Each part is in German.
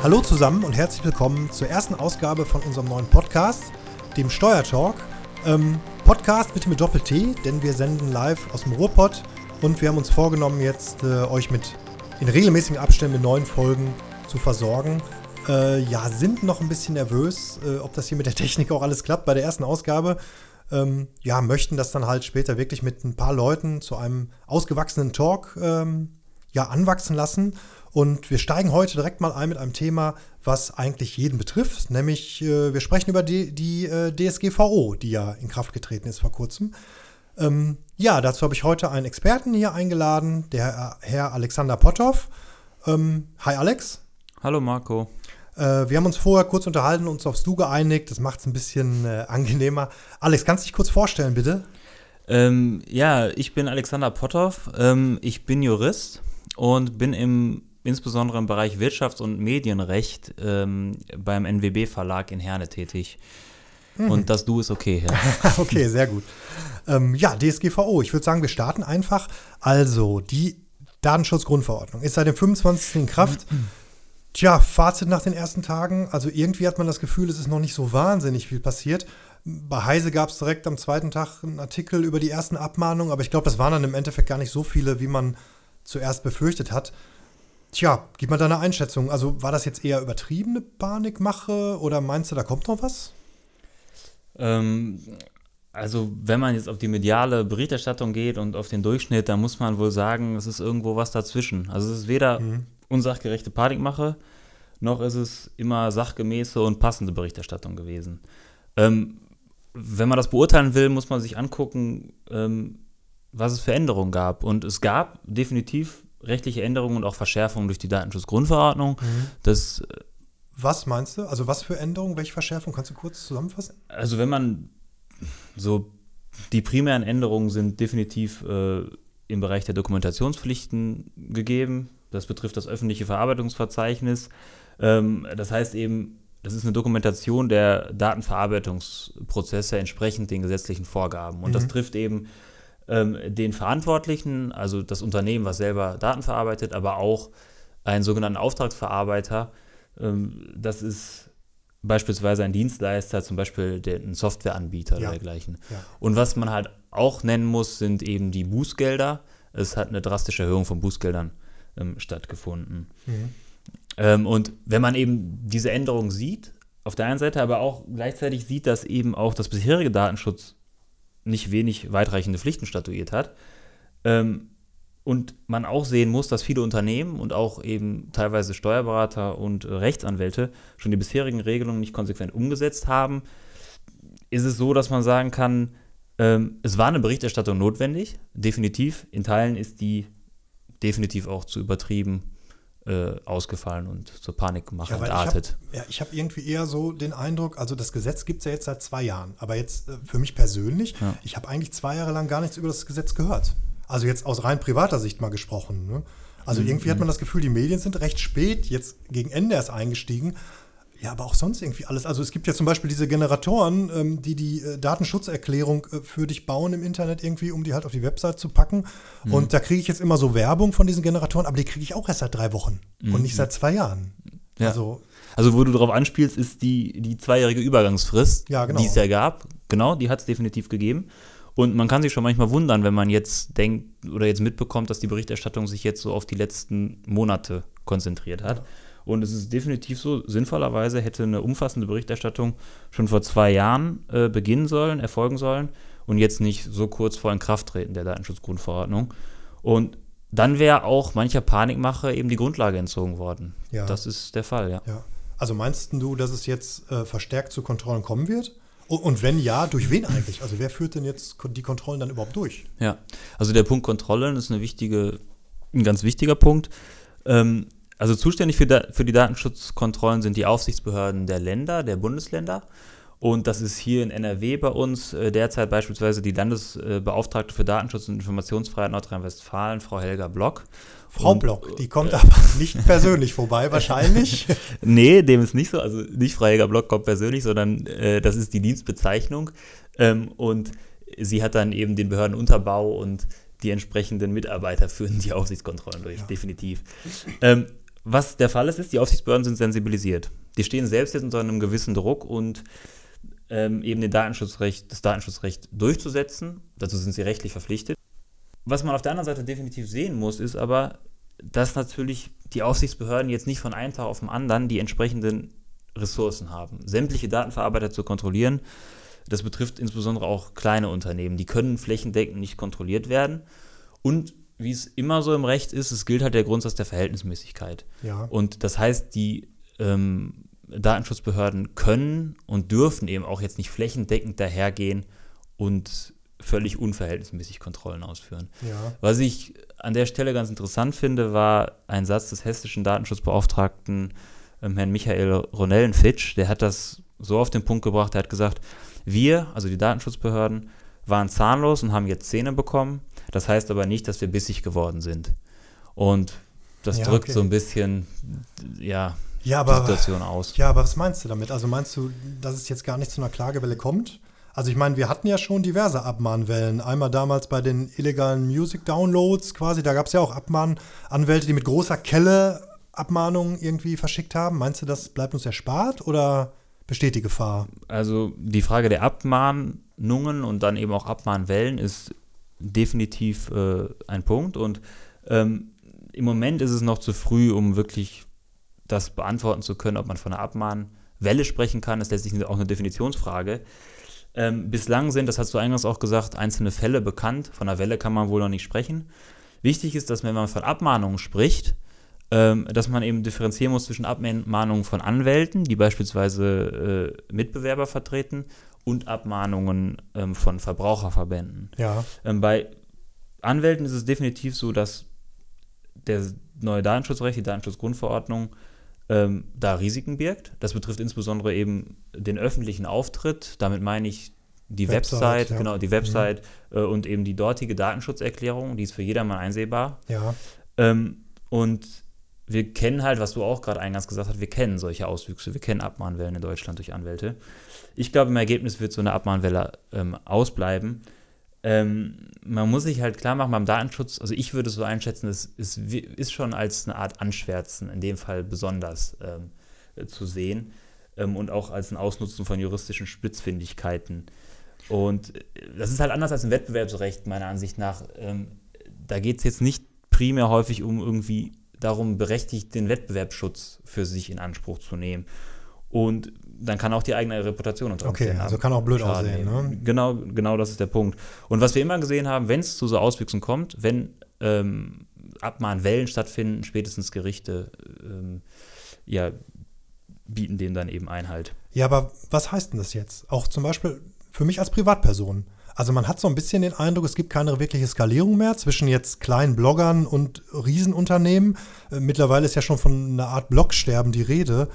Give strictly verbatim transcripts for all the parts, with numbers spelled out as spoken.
Hallo zusammen und herzlich willkommen zur ersten Ausgabe von unserem neuen Podcast, dem Steuertalk. Ähm, Podcast bitte mit Doppel-T, denn wir senden live aus dem Ruhrpott und wir haben uns vorgenommen, jetzt äh, euch mit in regelmäßigen Abständen mit neuen Folgen zu versorgen. Äh, ja, sind noch ein bisschen nervös, äh, ob das hier mit der Technik auch alles klappt bei der ersten Ausgabe. Ähm, ja, möchten das dann halt später wirklich mit ein paar Leuten zu einem ausgewachsenen Talk ähm, ja, anwachsen lassen. Und wir steigen heute direkt mal ein mit einem Thema, was eigentlich jeden betrifft, nämlich äh, wir sprechen über die, die äh, D S G V O, die ja in Kraft getreten ist vor kurzem. Ähm, ja, dazu habe ich heute einen Experten hier eingeladen, der Herr Alexander Potthoff. Ähm, hi Alex. Hallo Marco. Äh, wir haben uns vorher kurz unterhalten, uns aufs Du geeinigt, das macht es ein bisschen äh, angenehmer. Alex, kannst du dich kurz vorstellen, bitte? Ähm, ja, ich bin Alexander Potthoff, ähm, ich bin Jurist und bin im insbesondere im Bereich Wirtschafts- und Medienrecht ähm, beim N W B Verlag in Herne tätig. Mhm. Und das Du ist okay. Ja. Okay, sehr gut. Ähm, ja, D S G V O. Ich würde sagen, wir starten einfach. Also, die Datenschutzgrundverordnung ist seit dem fünfundzwanzigsten in Kraft. Mhm. Tja, Fazit nach den ersten Tagen. Also, irgendwie hat man das Gefühl, es ist noch nicht so wahnsinnig viel passiert. Bei Heise gab es direkt am zweiten Tag einen Artikel über die ersten Abmahnungen, aber ich glaube, das waren dann im Endeffekt gar nicht so viele, wie man zuerst befürchtet hat. Tja, gib mal deine Einschätzung. Also war das jetzt eher übertriebene Panikmache oder meinst du, da kommt noch was? Ähm, also wenn man jetzt auf die mediale Berichterstattung geht und auf den Durchschnitt, dann muss man wohl sagen, es ist irgendwo was dazwischen. Also es ist weder mhm. unsachgerechte Panikmache, noch ist es immer sachgemäße und passende Berichterstattung gewesen. Ähm, wenn man das beurteilen will, muss man sich angucken, ähm, was es für Änderungen gab. Und es gab definitiv rechtliche Änderungen und auch Verschärfungen durch die Datenschutzgrundverordnung. Mhm. Das, was meinst du? Also was für Änderungen, welche Verschärfungen? Kannst du kurz zusammenfassen? Also wenn man so, die primären Änderungen sind definitiv äh, im Bereich der Dokumentationspflichten gegeben. Das betrifft das öffentliche Verarbeitungsverzeichnis. Ähm, das heißt eben, das ist eine Dokumentation der Datenverarbeitungsprozesse entsprechend den gesetzlichen Vorgaben. Und mhm. das trifft eben den Verantwortlichen, also das Unternehmen, was selber Daten verarbeitet, aber auch einen sogenannten Auftragsverarbeiter. Das ist beispielsweise ein Dienstleister, zum Beispiel der, ein Softwareanbieter ja. oder dergleichen. Ja. Und was man halt auch nennen muss, sind eben die Bußgelder. Es hat eine drastische Erhöhung von Bußgeldern ähm, stattgefunden. Mhm. Ähm, und wenn man eben diese Änderung sieht, auf der einen Seite aber auch gleichzeitig sieht, dass eben auch das bisherige Datenschutz nicht wenig weitreichende Pflichten statuiert hat. Ähm, und man auch sehen muss, dass viele Unternehmen und auch eben teilweise Steuerberater und äh, Rechtsanwälte schon die bisherigen Regelungen nicht konsequent umgesetzt haben, ist es so, dass man sagen kann, ähm, es war eine Berichterstattung notwendig, definitiv. In Teilen ist die definitiv auch zu übertrieben Äh, ausgefallen und zur Panikmache ja, entartet. Ich habe ja, ich hab irgendwie eher so den Eindruck, also das Gesetz gibt es ja jetzt seit zwei Jahren, aber jetzt äh, für mich persönlich, ja. ich habe eigentlich zwei Jahre lang gar nichts über das Gesetz gehört. Also jetzt aus rein privater Sicht mal gesprochen. Ne? Also mhm. irgendwie hat man das Gefühl, die Medien sind recht spät, jetzt gegen Ende erst eingestiegen. Ja, aber auch sonst irgendwie alles. Also es gibt ja zum Beispiel diese Generatoren, ähm, die die äh, Datenschutzerklärung äh, für dich bauen im Internet irgendwie, um die halt auf die Website zu packen. Mhm. Und da kriege ich jetzt immer so Werbung von diesen Generatoren, aber die kriege ich auch erst seit drei Wochen mhm. und nicht seit zwei Jahren. Ja. Also, also wo du darauf anspielst, ist die, die zweijährige Übergangsfrist, ja, genau. die es ja gab. Genau, die hat es definitiv gegeben. Und man kann sich schon manchmal wundern, wenn man jetzt denkt oder jetzt mitbekommt, dass die Berichterstattung sich jetzt so auf die letzten Monate konzentriert hat. Ja. Und es ist definitiv so, sinnvollerweise hätte eine umfassende Berichterstattung schon vor zwei Jahren äh, beginnen sollen, erfolgen sollen und jetzt nicht so kurz vor Inkrafttreten der Datenschutzgrundverordnung. Und dann wäre auch mancher Panikmache eben die Grundlage entzogen worden. Ja. Das ist der Fall, ja. ja. Also meinst du, dass es jetzt äh, verstärkt zu Kontrollen kommen wird? Und wenn ja, durch wen eigentlich? Also wer führt denn jetzt die Kontrollen dann überhaupt durch? Ja, also der Punkt Kontrollen ist eine wichtige, ein ganz wichtiger Punkt. Ähm, Also zuständig für, da, für die Datenschutzkontrollen sind die Aufsichtsbehörden der Länder, der Bundesländer. Und das ist hier in N R W bei uns äh, derzeit beispielsweise die Landesbeauftragte für Datenschutz und Informationsfreiheit Nordrhein-Westfalen, Frau Helga Block. Frau und, Block, die kommt äh, aber nicht persönlich vorbei wahrscheinlich. Nee, dem ist nicht so. Also nicht Frau Helga Block kommt persönlich, sondern äh, das ist die Dienstbezeichnung. Ähm, und sie hat dann eben den Behördenunterbau und die entsprechenden Mitarbeiter führen die Aufsichtskontrollen durch, ja. definitiv. Ähm, was der Fall ist, ist, die Aufsichtsbehörden sind sensibilisiert. Die stehen selbst jetzt unter einem gewissen Druck und ähm, eben den Datenschutzrecht, das Datenschutzrecht durchzusetzen. Dazu sind sie rechtlich verpflichtet. Was man auf der anderen Seite definitiv sehen muss, ist aber, dass natürlich die Aufsichtsbehörden jetzt nicht von einem Tag auf den anderen die entsprechenden Ressourcen haben, sämtliche Datenverarbeiter zu kontrollieren. Das betrifft insbesondere auch kleine Unternehmen. Die können flächendeckend nicht kontrolliert werden. Und wie es immer so im Recht ist, es gilt halt der Grundsatz der Verhältnismäßigkeit. Ja. Und das heißt, die ähm, Datenschutzbehörden können und dürfen eben auch jetzt nicht flächendeckend dahergehen und völlig unverhältnismäßig Kontrollen ausführen. Ja. Was ich an der Stelle ganz interessant finde, war ein Satz des hessischen Datenschutzbeauftragten ähm, Herrn Michael Ronellenfitsch. Der hat das so auf den Punkt gebracht, er hat gesagt, wir, also die Datenschutzbehörden, waren zahnlos und haben jetzt Zähne bekommen. Das heißt aber nicht, dass wir bissig geworden sind. Und das Ja, drückt okay. so ein bisschen, ja, Ja, die aber, Situation aus. ja, aber was meinst du damit? Also meinst du, dass es jetzt gar nicht zu einer Klagewelle kommt? Also ich meine, wir hatten ja schon diverse Abmahnwellen. Einmal damals bei den illegalen Music-Downloads quasi, da gab es ja auch Abmahnanwälte, die mit großer Kelle Abmahnungen irgendwie verschickt haben. Meinst du, das bleibt uns erspart oder besteht die Gefahr? Also die Frage der Abmahnungen und dann eben auch Abmahnwellen ist definitiv äh, ein Punkt. Und ähm, im Moment ist es noch zu früh, um wirklich das beantworten zu können, ob man von einer Abmahnwelle sprechen kann. Das ist letztlich auch eine Definitionsfrage. Ähm, bislang sind, das hast du eingangs auch gesagt, einzelne Fälle bekannt. Von einer Welle kann man wohl noch nicht sprechen. Wichtig ist, dass wenn man von Abmahnungen spricht, ähm, dass man eben differenzieren muss zwischen Abmahnungen von Anwälten, die beispielsweise äh, Mitbewerber vertreten, und Abmahnungen ähm, von Verbraucherverbänden. Ja. Ähm, bei Anwälten ist es definitiv so, dass der neue Datenschutzrecht, die Datenschutzgrundverordnung, ähm, da Risiken birgt. Das betrifft insbesondere eben den öffentlichen Auftritt. Damit meine ich die Website, Website, ja. genau, die Website mhm. äh, und eben die dortige Datenschutzerklärung, die ist für jedermann einsehbar. Ja. Ähm, und wir kennen halt, was du auch gerade eingangs gesagt hast, wir kennen solche Auswüchse, wir kennen Abmahnwellen in Deutschland durch Anwälte. Ich glaube, im Ergebnis wird so eine Abmahnwelle ähm, ausbleiben. Ähm, man muss sich halt klar machen, beim Datenschutz, also ich würde es so einschätzen, es, es ist schon als eine Art Anschwärzen, in dem Fall besonders ähm, äh, zu sehen ähm, und auch als ein Ausnutzen von juristischen Spitzfindigkeiten. Und das ist halt anders als im Wettbewerbsrecht, meiner Ansicht nach. Ähm, da geht es jetzt nicht primär häufig um irgendwie darum, berechtigt den Wettbewerbsschutz für sich in Anspruch zu nehmen. Und dann kann auch die eigene Reputation unter Okay, Umständen also kann auch blöd Schaden aussehen, nehmen. ne? Genau, genau das ist der Punkt. Und was wir immer gesehen haben, wenn es zu so Auswüchsen kommt, wenn ähm, Abmahnwellen stattfinden, spätestens Gerichte ähm, ja, bieten dem dann eben Einhalt. Ja, aber was heißt denn das jetzt? Auch zum Beispiel für mich als Privatperson. Also man hat so ein bisschen den Eindruck, es gibt keine wirkliche Skalierung mehr zwischen jetzt kleinen Bloggern und Riesenunternehmen. Äh, mittlerweile ist ja schon von einer Art Blogsterben die Rede.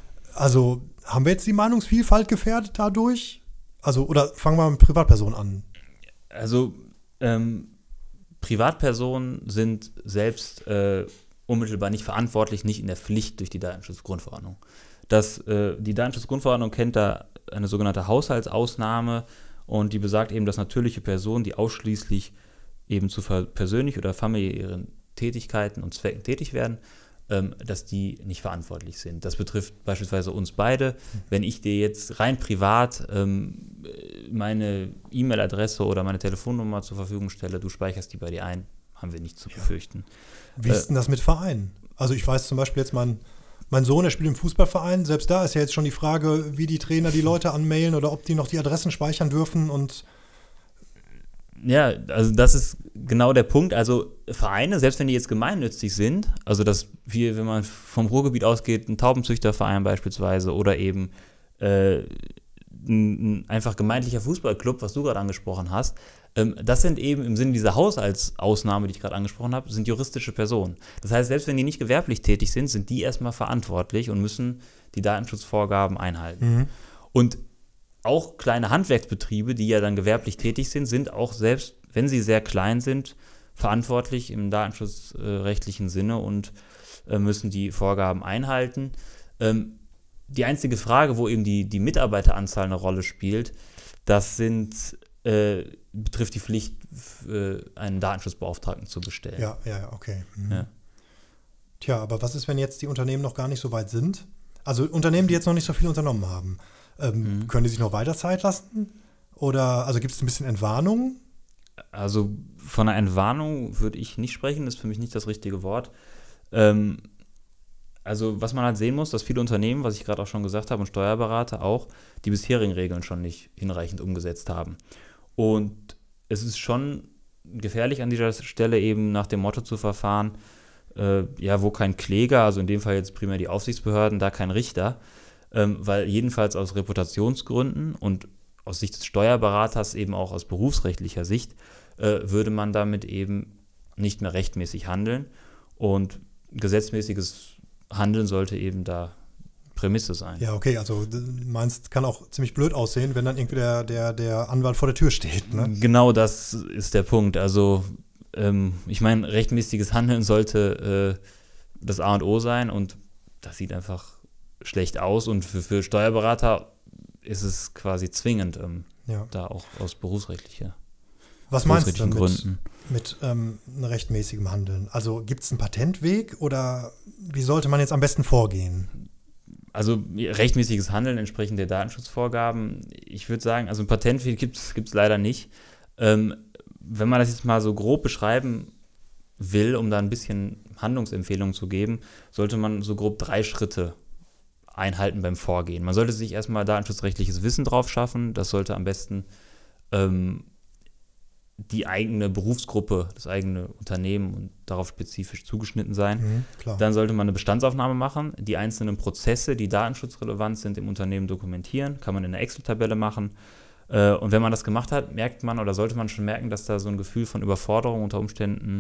Also haben wir jetzt die Meinungsvielfalt gefährdet dadurch? Also, oder fangen wir mit Privatpersonen an? Also ähm, Privatpersonen sind selbst äh, unmittelbar nicht verantwortlich, nicht in der Pflicht durch die Datenschutzgrundverordnung. Das, äh, die Datenschutzgrundverordnung kennt da eine sogenannte Haushaltsausnahme und die besagt eben, dass natürliche Personen, die ausschließlich eben zu persönlich oder familiären Tätigkeiten und Zwecken tätig werden, ähm, dass die nicht verantwortlich sind. Das betrifft beispielsweise uns beide. Wenn ich dir jetzt rein privat ähm, meine E-Mail-Adresse oder meine Telefonnummer zur Verfügung stelle, du speicherst die bei dir ein, haben wir nichts zu befürchten. Wie ist denn das mit Vereinen? Also ich weiß zum Beispiel jetzt, mein, mein Sohn, der spielt im Fußballverein, selbst da ist ja jetzt schon die Frage, wie die Trainer die Leute anmailen oder ob die noch die Adressen speichern dürfen und Ja, also das ist genau der Punkt. Also Vereine, selbst wenn die jetzt gemeinnützig sind, also dass wir, wenn man vom Ruhrgebiet ausgeht, ein Taubenzüchterverein beispielsweise oder eben äh, ein, ein einfach gemeindlicher Fußballclub, was du gerade angesprochen hast, ähm, das sind eben im Sinne dieser Haushaltsausnahme, die ich gerade angesprochen habe, sind juristische Personen. Das heißt, selbst wenn die nicht gewerblich tätig sind, sind die erstmal verantwortlich und müssen die Datenschutzvorgaben einhalten. Mhm. Und auch kleine Handwerksbetriebe, die ja dann gewerblich tätig sind, sind auch selbst, wenn sie sehr klein sind, verantwortlich im datenschutzrechtlichen Sinne und äh, müssen die Vorgaben einhalten. Ähm, die einzige Frage, wo eben die, die Mitarbeiteranzahl eine Rolle spielt, das sind, äh, betrifft die Pflicht, äh, einen Datenschutzbeauftragten zu bestellen. Ja, ja, okay. Mhm. Ja. Tja, aber was ist, wenn jetzt die Unternehmen noch gar nicht so weit sind? Also Unternehmen, die jetzt noch nicht so viel unternommen haben, ähm, mhm. können die sich noch weiter Zeit lassen? Oder also gibt es ein bisschen Entwarnung? Also von einer Entwarnung würde ich nicht sprechen, ist für mich nicht das richtige Wort. Ähm, also was man halt sehen muss, dass viele Unternehmen, was ich gerade auch schon gesagt habe, und Steuerberater auch, die bisherigen Regeln schon nicht hinreichend umgesetzt haben. Und es ist schon gefährlich an dieser Stelle eben nach dem Motto zu verfahren, äh, ja, wo kein Kläger, also in dem Fall jetzt primär die Aufsichtsbehörden, da kein Richter, ähm, weil jedenfalls aus Reputationsgründen und aus Sicht des Steuerberaters eben auch aus berufsrechtlicher Sicht, äh, würde man damit eben nicht mehr rechtmäßig handeln. Und gesetzmäßiges Handeln sollte eben da Prämisse sein. Ja, okay, also du meinst, kann auch ziemlich blöd aussehen, wenn dann irgendwie der, der, der Anwalt vor der Tür steht, ne? Genau, das ist der Punkt. Also ähm, ich meine, rechtmäßiges Handeln sollte äh, das A und O sein und das sieht einfach schlecht aus und für, für Steuerberater ist es quasi zwingend, ähm, ja. da auch aus berufsrechtlicher Was meinst du denn mit, mit ähm, rechtmäßigem Handeln? Also gibt es einen Patentweg oder wie sollte man jetzt am besten vorgehen? Also rechtmäßiges Handeln entsprechend der Datenschutzvorgaben. Ich würde sagen, also ein Patentweg gibt es leider nicht. Ähm, wenn man das jetzt mal so grob beschreiben will, um da ein bisschen Handlungsempfehlungen zu geben, sollte man so grob drei Schritte einhalten beim Vorgehen. Man sollte sich erstmal datenschutzrechtliches Wissen drauf schaffen. Das sollte am besten ähm, die eigene Berufsgruppe, das eigene Unternehmen und darauf spezifisch zugeschnitten sein. Mhm, klar. Dann sollte man eine Bestandsaufnahme machen, die einzelnen Prozesse, die datenschutzrelevant sind, im Unternehmen dokumentieren. Kann man in einer Excel-Tabelle machen. Äh, und wenn man das gemacht hat, merkt man oder sollte man schon merken, dass da so ein Gefühl von Überforderung unter Umständen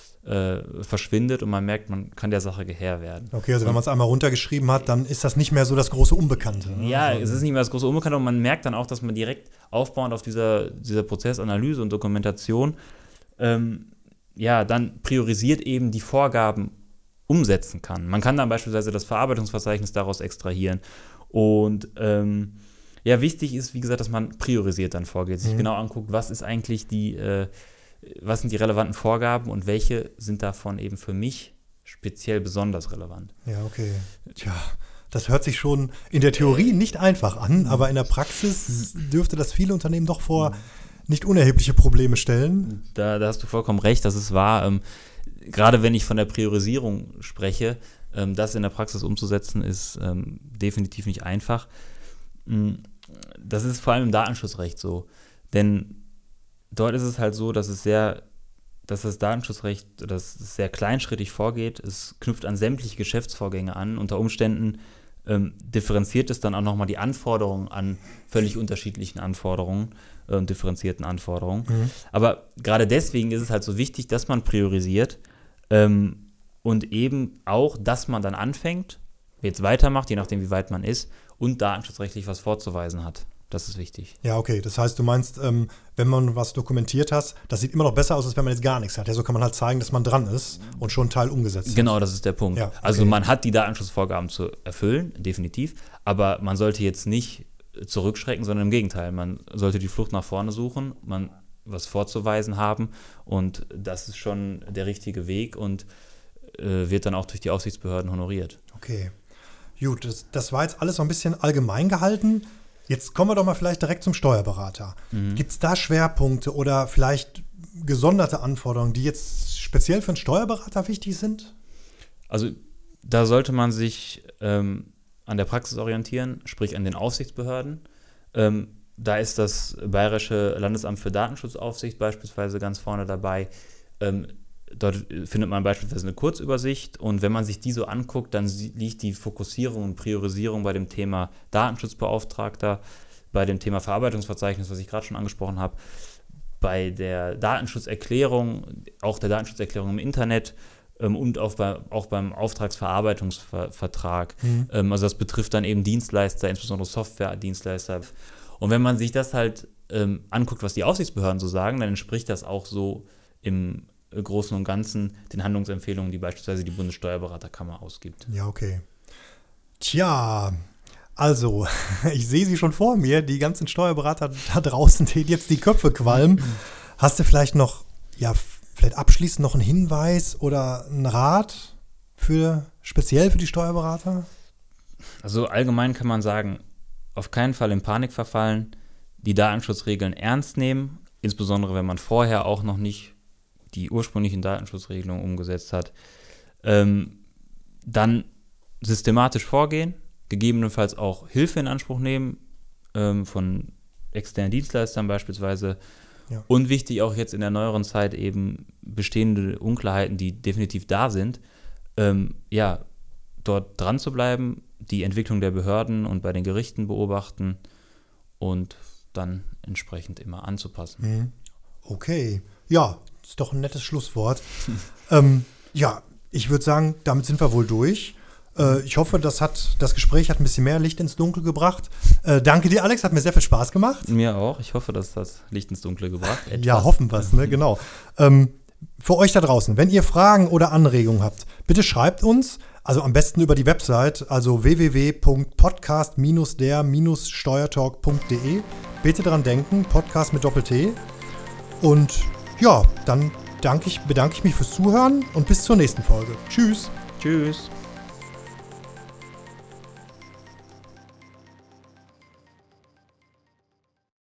äh, verschwindet und man merkt, man kann der Sache Herr werden. Okay, also wenn man es einmal runtergeschrieben hat, dann ist das nicht mehr so das große Unbekannte. Ne? Ja, also, es ist nicht mehr das große Unbekannte und man merkt dann auch, dass man direkt aufbauend auf dieser, dieser Prozessanalyse und Dokumentation ähm, ja, dann priorisiert eben die Vorgaben umsetzen kann. Man kann dann beispielsweise das Verarbeitungsverzeichnis daraus extrahieren und ähm, ja, wichtig ist, wie gesagt, dass man priorisiert dann vorgeht, sich mhm. genau anguckt, was ist eigentlich die äh, was sind die relevanten Vorgaben und welche sind davon eben für mich speziell besonders relevant. Ja, okay. Tja, das hört sich schon in der Theorie nicht einfach an, aber in der Praxis dürfte das viele Unternehmen doch vor nicht unerhebliche Probleme stellen. Da, da hast du vollkommen recht, das ist wahr. Ähm, gerade wenn ich von der Priorisierung spreche, ähm, das in der Praxis umzusetzen, ist ähm, definitiv nicht einfach. Das ist vor allem im Datenschutzrecht so, denn dort ist es halt so, dass es sehr, dass das Datenschutzrecht, dass es sehr kleinschrittig vorgeht. Es knüpft an sämtliche Geschäftsvorgänge an. Unter Umständen ähm, differenziert es dann auch nochmal die Anforderungen an völlig unterschiedlichen Anforderungen und äh, differenzierten Anforderungen. Mhm. Aber gerade deswegen ist es halt so wichtig, dass man priorisiert ähm, und eben auch, dass man dann anfängt, jetzt weitermacht, je nachdem, wie weit man ist, und datenschutzrechtlich was vorzuweisen hat. Das ist wichtig. Ja, okay. Das heißt, du meinst, ähm, wenn man was dokumentiert hat, das sieht immer noch besser aus, als wenn man jetzt gar nichts hat. Ja, so kann man halt zeigen, dass man dran ist und schon einen Teil umgesetzt hat. Genau, das ist der Punkt. Ja, okay. Also man hat die Datenschutzvorgaben zu erfüllen, definitiv, aber man sollte jetzt nicht zurückschrecken, sondern im Gegenteil. Man sollte die Flucht nach vorne suchen, man was vorzuweisen haben und das ist schon der richtige Weg und äh, wird dann auch durch die Aufsichtsbehörden honoriert. Okay. Gut, das, das war jetzt alles so ein bisschen allgemein gehalten. Jetzt kommen wir doch mal vielleicht direkt zum Steuerberater. Mhm. Gibt es da Schwerpunkte oder vielleicht gesonderte Anforderungen, die jetzt speziell für einen Steuerberater wichtig sind? Also da sollte man sich ähm, an der Praxis orientieren, sprich an den Aufsichtsbehörden. Ähm, da ist das Bayerische Landesamt für Datenschutzaufsicht beispielsweise ganz vorne dabei. Ähm, Dort findet man beispielsweise eine Kurzübersicht und wenn man sich die so anguckt, dann liegt die Fokussierung und Priorisierung bei dem Thema Datenschutzbeauftragter, bei dem Thema Verarbeitungsverzeichnis, was ich gerade schon angesprochen habe, bei der Datenschutzerklärung, auch der Datenschutzerklärung im Internet ähm, und auch, bei, auch beim Auftragsverarbeitungsvertrag. Mhm. Ähm, also das betrifft dann eben Dienstleister, insbesondere Softwaredienstleister. Und wenn man sich das halt ähm, anguckt, was die Aufsichtsbehörden so sagen, dann entspricht das auch so im Großen und Ganzen den Handlungsempfehlungen, die beispielsweise die Bundessteuerberaterkammer ausgibt. Ja, okay. Tja, also, ich sehe sie schon vor mir, die ganzen Steuerberater da draußen, denen jetzt die Köpfe qualmen. Mhm. Hast du vielleicht noch, ja, vielleicht abschließend noch einen Hinweis oder einen Rat für für speziell für die Steuerberater? Also allgemein kann man sagen, auf keinen Fall in Panik verfallen, die Datenschutzregeln ernst nehmen, insbesondere wenn man vorher auch noch nicht die ursprünglichen Datenschutzregelungen umgesetzt hat. Ähm, dann systematisch vorgehen, gegebenenfalls auch Hilfe in Anspruch nehmen, ähm, von externen Dienstleistern beispielsweise. Ja. Und wichtig auch jetzt in der neueren Zeit eben bestehende Unklarheiten, die definitiv da sind, ähm, ja, dort dran zu bleiben, die Entwicklung der Behörden und bei den Gerichten beobachten und dann entsprechend immer anzupassen. Okay, ja, ist doch ein nettes Schlusswort. ähm, ja, ich würde sagen, damit sind wir wohl durch. Äh, ich hoffe, das, hat, das Gespräch hat ein bisschen mehr Licht ins Dunkel gebracht. Äh, danke dir, Alex, hat mir sehr viel Spaß gemacht. Mir auch. Ich hoffe, dass das Licht ins Dunkle gebracht hat. Ja, hoffen wir es, ne? Genau. Ähm, für euch da draußen, wenn ihr Fragen oder Anregungen habt, bitte schreibt uns. Also am besten über die Website, also w w w punkt podcast der steuertalk punkt de. Bitte dran denken, Podcast mit Doppel-T. Und ja, dann danke ich, bedanke ich mich fürs Zuhören und bis zur nächsten Folge. Tschüss. Tschüss.